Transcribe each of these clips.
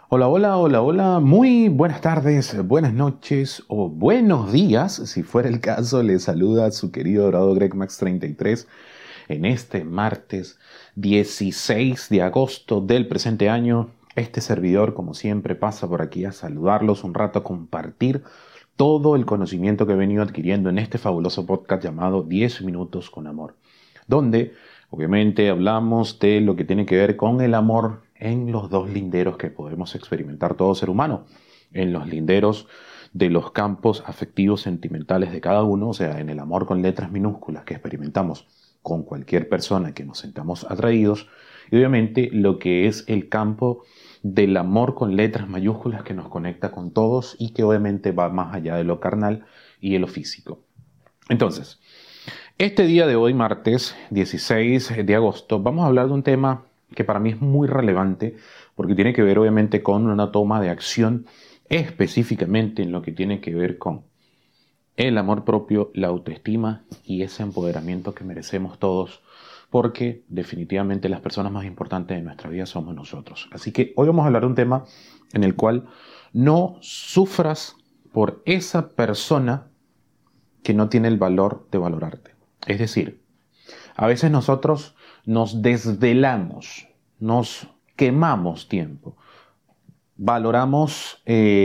Hola, hola, hola, hola. Muy buenas tardes, buenas noches o buenos días. Si fuera el caso, le saluda a su querido dorado Greg Max 33 en este martes 16 de agosto del presente año. Este servidor, como siempre, pasa por aquí a saludarlos un rato, a compartir todo el conocimiento que he venido adquiriendo en este fabuloso podcast llamado 10 minutos con amor, donde obviamente hablamos de lo que tiene que ver con el amor en los dos linderos que podemos experimentar todo ser humano, en los linderos de los campos afectivos sentimentales de cada uno, o sea, en el amor con letras minúsculas que experimentamos con cualquier persona que nos sentamos atraídos, y obviamente lo que es el campo del amor con letras mayúsculas que nos conecta con todos y que obviamente va más allá de lo carnal y de lo físico. Entonces, este día de hoy, martes 16 de agosto, vamos a hablar de un tema que para mí es muy relevante porque tiene que ver obviamente con una toma de acción específicamente en lo que tiene que ver con el amor propio, la autoestima y ese empoderamiento que merecemos todos, porque definitivamente las personas más importantes de nuestra vida somos nosotros. Así que hoy vamos a hablar de un tema en el cual no sufras por esa persona que no tiene el valor de valorarte. Es decir, a veces nosotros nos desvelamos, nos quemamos tiempo, valoramos,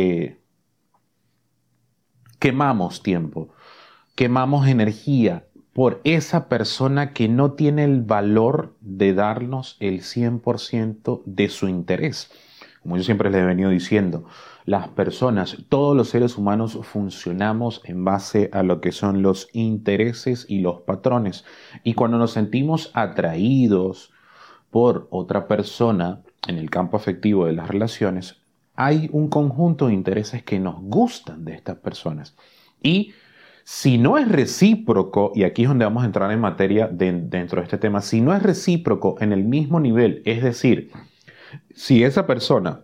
quemamos tiempo, quemamos energía por esa persona que no tiene el valor de darnos el 100% de su interés. Como yo siempre les he venido diciendo, las personas, todos los seres humanos funcionamos en base a lo que son los intereses y los patrones. Y cuando nos sentimos atraídos por otra persona en el campo afectivo de las relaciones, hay un conjunto de intereses que nos gustan de estas personas. Y si no es recíproco, y aquí es donde vamos a entrar en materia dentro de este tema, si no es recíproco en el mismo nivel, es decir, si esa persona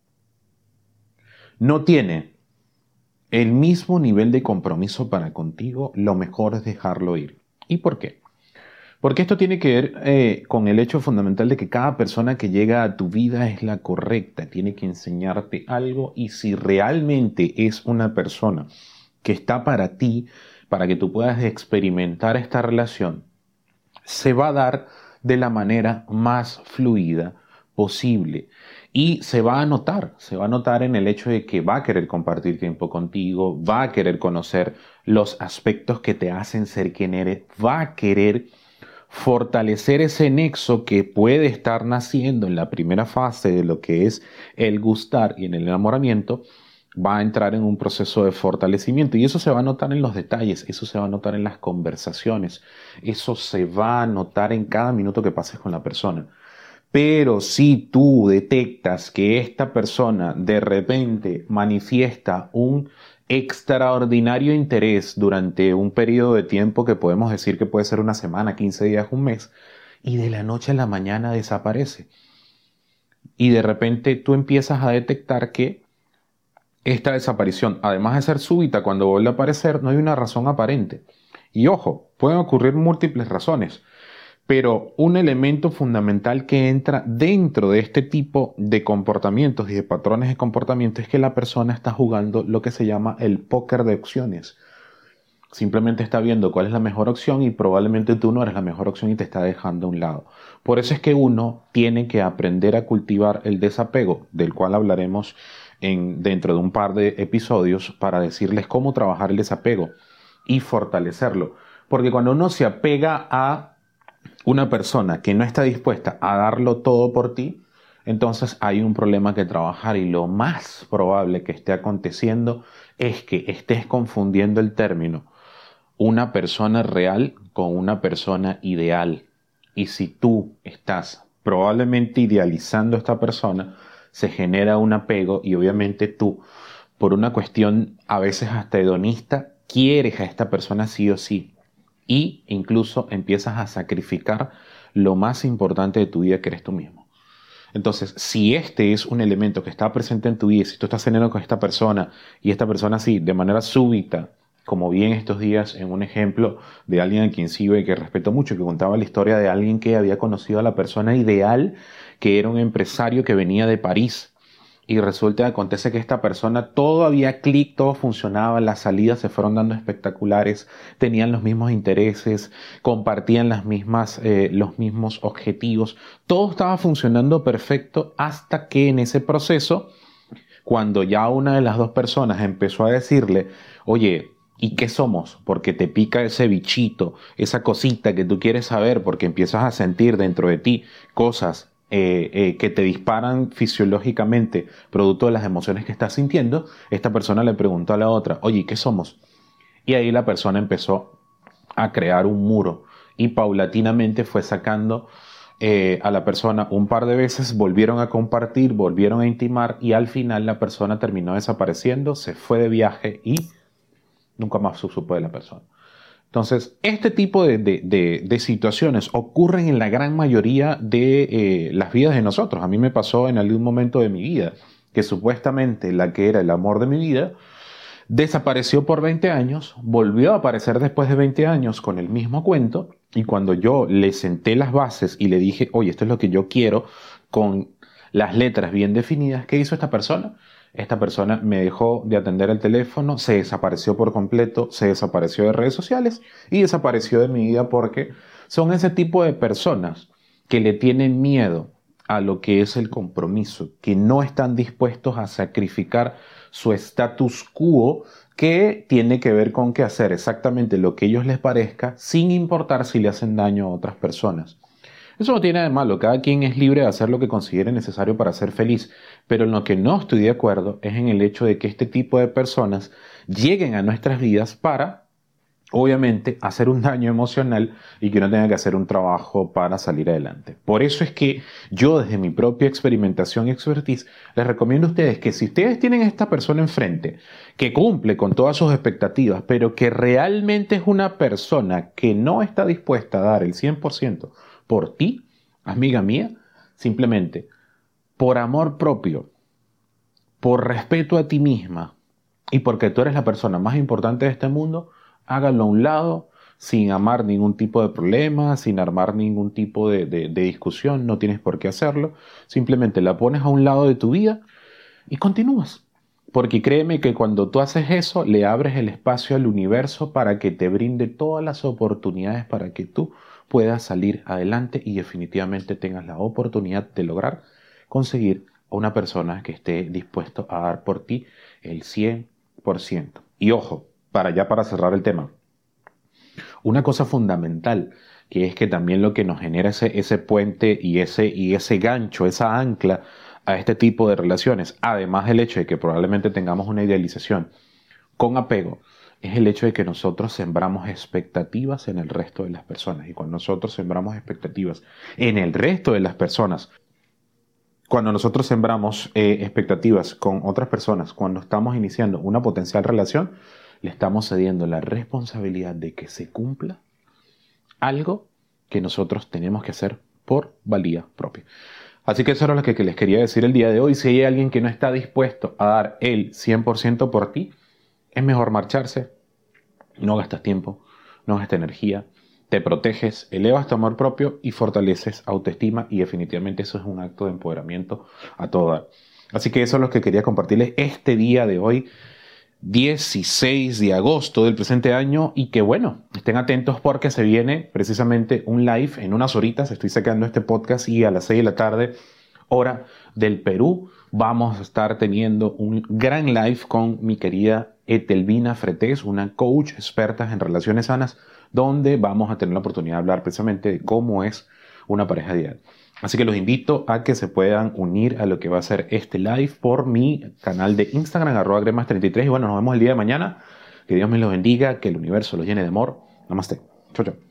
no tiene el mismo nivel de compromiso para contigo, lo mejor es dejarlo ir. ¿Y por qué? Porque esto tiene que ver con el hecho fundamental de que cada persona que llega a tu vida es la correcta, tiene que enseñarte algo y si realmente es una persona que está para ti, para que tú puedas experimentar esta relación, se va a dar de la manera más fluida posible y se va a notar en el hecho de que va a querer compartir tiempo contigo, va a querer conocer los aspectos que te hacen ser quien eres, va a querer fortalecer ese nexo que puede estar naciendo en la primera fase de lo que es el gustar y en el enamoramiento, va a entrar en un proceso de fortalecimiento y eso se va a notar en los detalles, eso se va a notar en las conversaciones, eso se va a notar en cada minuto que pases con la persona. Pero si tú detectas que esta persona de repente manifiesta un extraordinario interés durante un periodo de tiempo que podemos decir que puede ser una semana, 15 días, un mes, y de la noche a la mañana desaparece. Y de repente tú empiezas a detectar que esta desaparición, además de ser súbita cuando vuelve a aparecer, no hay una razón aparente. Y ojo, pueden ocurrir múltiples razones. Pero un elemento fundamental que entra dentro de este tipo de comportamientos y de patrones de comportamiento es que la persona está jugando lo que se llama el póker de opciones. Simplemente está viendo cuál es la mejor opción y probablemente tú no eres la mejor opción y te está dejando a un lado. Por eso es que uno tiene que aprender a cultivar el desapego, del cual hablaremos dentro de un par de episodios para decirles cómo trabajar el desapego y fortalecerlo. Porque cuando uno se apega a una persona que no está dispuesta a darlo todo por ti, entonces hay un problema que trabajar y lo más probable que esté aconteciendo es que estés confundiendo el término una persona real con una persona ideal. Y si tú estás probablemente idealizando a esta persona, se genera un apego y obviamente tú, por una cuestión a veces hasta hedonista, quieres a esta persona sí o sí. Y incluso empiezas a sacrificar lo más importante de tu vida, que eres tú mismo. Entonces, si este es un elemento que está presente en tu vida, si tú estás cenando con esta persona y esta persona así, de manera súbita, como vi en estos días en un ejemplo de alguien a quien sigo y que respeto mucho, que contaba la historia de alguien que había conocido a la persona ideal, que era un empresario que venía de París Y resulta que acontece que esta persona todo había clic, todo funcionaba, las salidas se fueron dando espectaculares, tenían los mismos intereses, compartían los mismos objetivos, todo estaba funcionando perfecto hasta que en ese proceso, cuando ya una de las dos personas empezó a decirle, oye, ¿y qué somos? Porque te pica ese bichito, esa cosita que tú quieres saber, porque empiezas a sentir dentro de ti cosas que te disparan fisiológicamente producto de las emociones que estás sintiendo. Esta persona le preguntó a la otra, oye, ¿y qué somos? Y ahí la persona empezó a crear un muro y paulatinamente fue sacando a la persona un par de veces, volvieron a compartir, volvieron a intimar y al final la persona terminó desapareciendo, se fue de viaje y nunca más se supo de la persona. Entonces, este tipo de situaciones ocurren en la gran mayoría de las vidas de nosotros. A mí me pasó en algún momento de mi vida que supuestamente la que era el amor de mi vida desapareció por 20 años, volvió a aparecer después de 20 años con el mismo cuento y cuando yo le senté las bases y le dije, oye, esto es lo que yo quiero con las letras bien definidas, ¿qué hizo esta persona? Esta persona me dejó de atender el teléfono, se desapareció por completo, se desapareció de redes sociales y desapareció de mi vida porque son ese tipo de personas que le tienen miedo a lo que es el compromiso, que no están dispuestos a sacrificar su status quo, que tiene que ver con que hacer exactamente lo que a ellos les parezca sin importar si le hacen daño a otras personas. Eso no tiene nada de malo, cada quien es libre de hacer lo que considere necesario para ser feliz, pero en lo que no estoy de acuerdo es en el hecho de que este tipo de personas lleguen a nuestras vidas para, obviamente, hacer un daño emocional y que uno tenga que hacer un trabajo para salir adelante. Por eso es que yo, desde mi propia experimentación y expertise, les recomiendo a ustedes que si ustedes tienen a esta persona enfrente, que cumple con todas sus expectativas, pero que realmente es una persona que no está dispuesta a dar el 100% por ti, amiga mía, simplemente por amor propio, por respeto a ti misma y porque tú eres la persona más importante de este mundo, háganlo a un lado, sin amar ningún tipo de problema, sin armar ningún tipo de discusión, no tienes por qué hacerlo, simplemente la pones a un lado de tu vida y continúas. Porque créeme que cuando tú haces eso, le abres el espacio al universo para que te brinde todas las oportunidades para que tú puedas salir adelante y definitivamente tengas la oportunidad de lograr conseguir a una persona que esté dispuesto a dar por ti el 100%. Y ojo, para cerrar el tema, una cosa fundamental, que es que también lo que nos genera ese puente y ese gancho, esa ancla a este tipo de relaciones, además del hecho de que probablemente tengamos una idealización con apego, es el hecho de que nosotros sembramos expectativas en el resto de las personas. Y cuando nosotros sembramos expectativas en el resto de las personas, cuando nosotros sembramos expectativas con otras personas, cuando estamos iniciando una potencial relación, le estamos cediendo la responsabilidad de que se cumpla algo que nosotros tenemos que hacer por valía propia. Así que eso era lo que les quería decir el día de hoy. Si hay alguien que no está dispuesto a dar el 100% por ti, es mejor marcharse. No gastas tiempo, no gastas energía, te proteges, elevas tu amor propio y fortaleces autoestima y definitivamente eso es un acto de empoderamiento a toda. Así que eso es lo que quería compartirles este día de hoy, 16 de agosto del presente año, y que bueno, estén atentos porque se viene precisamente un live en unas horitas. Estoy sacando este podcast y a las 6 de la tarde, hora del Perú, vamos a estar teniendo un gran live con mi querida Etelvina Fretés, una coach experta en relaciones sanas, donde vamos a tener la oportunidad de hablar precisamente de cómo es una pareja ideal. Así que los invito a que se puedan unir a lo que va a ser este live por mi canal de Instagram, @gremas33. Y bueno, nos vemos el día de mañana. Que Dios me los bendiga, que el universo los llene de amor. Namaste. Chau, chau.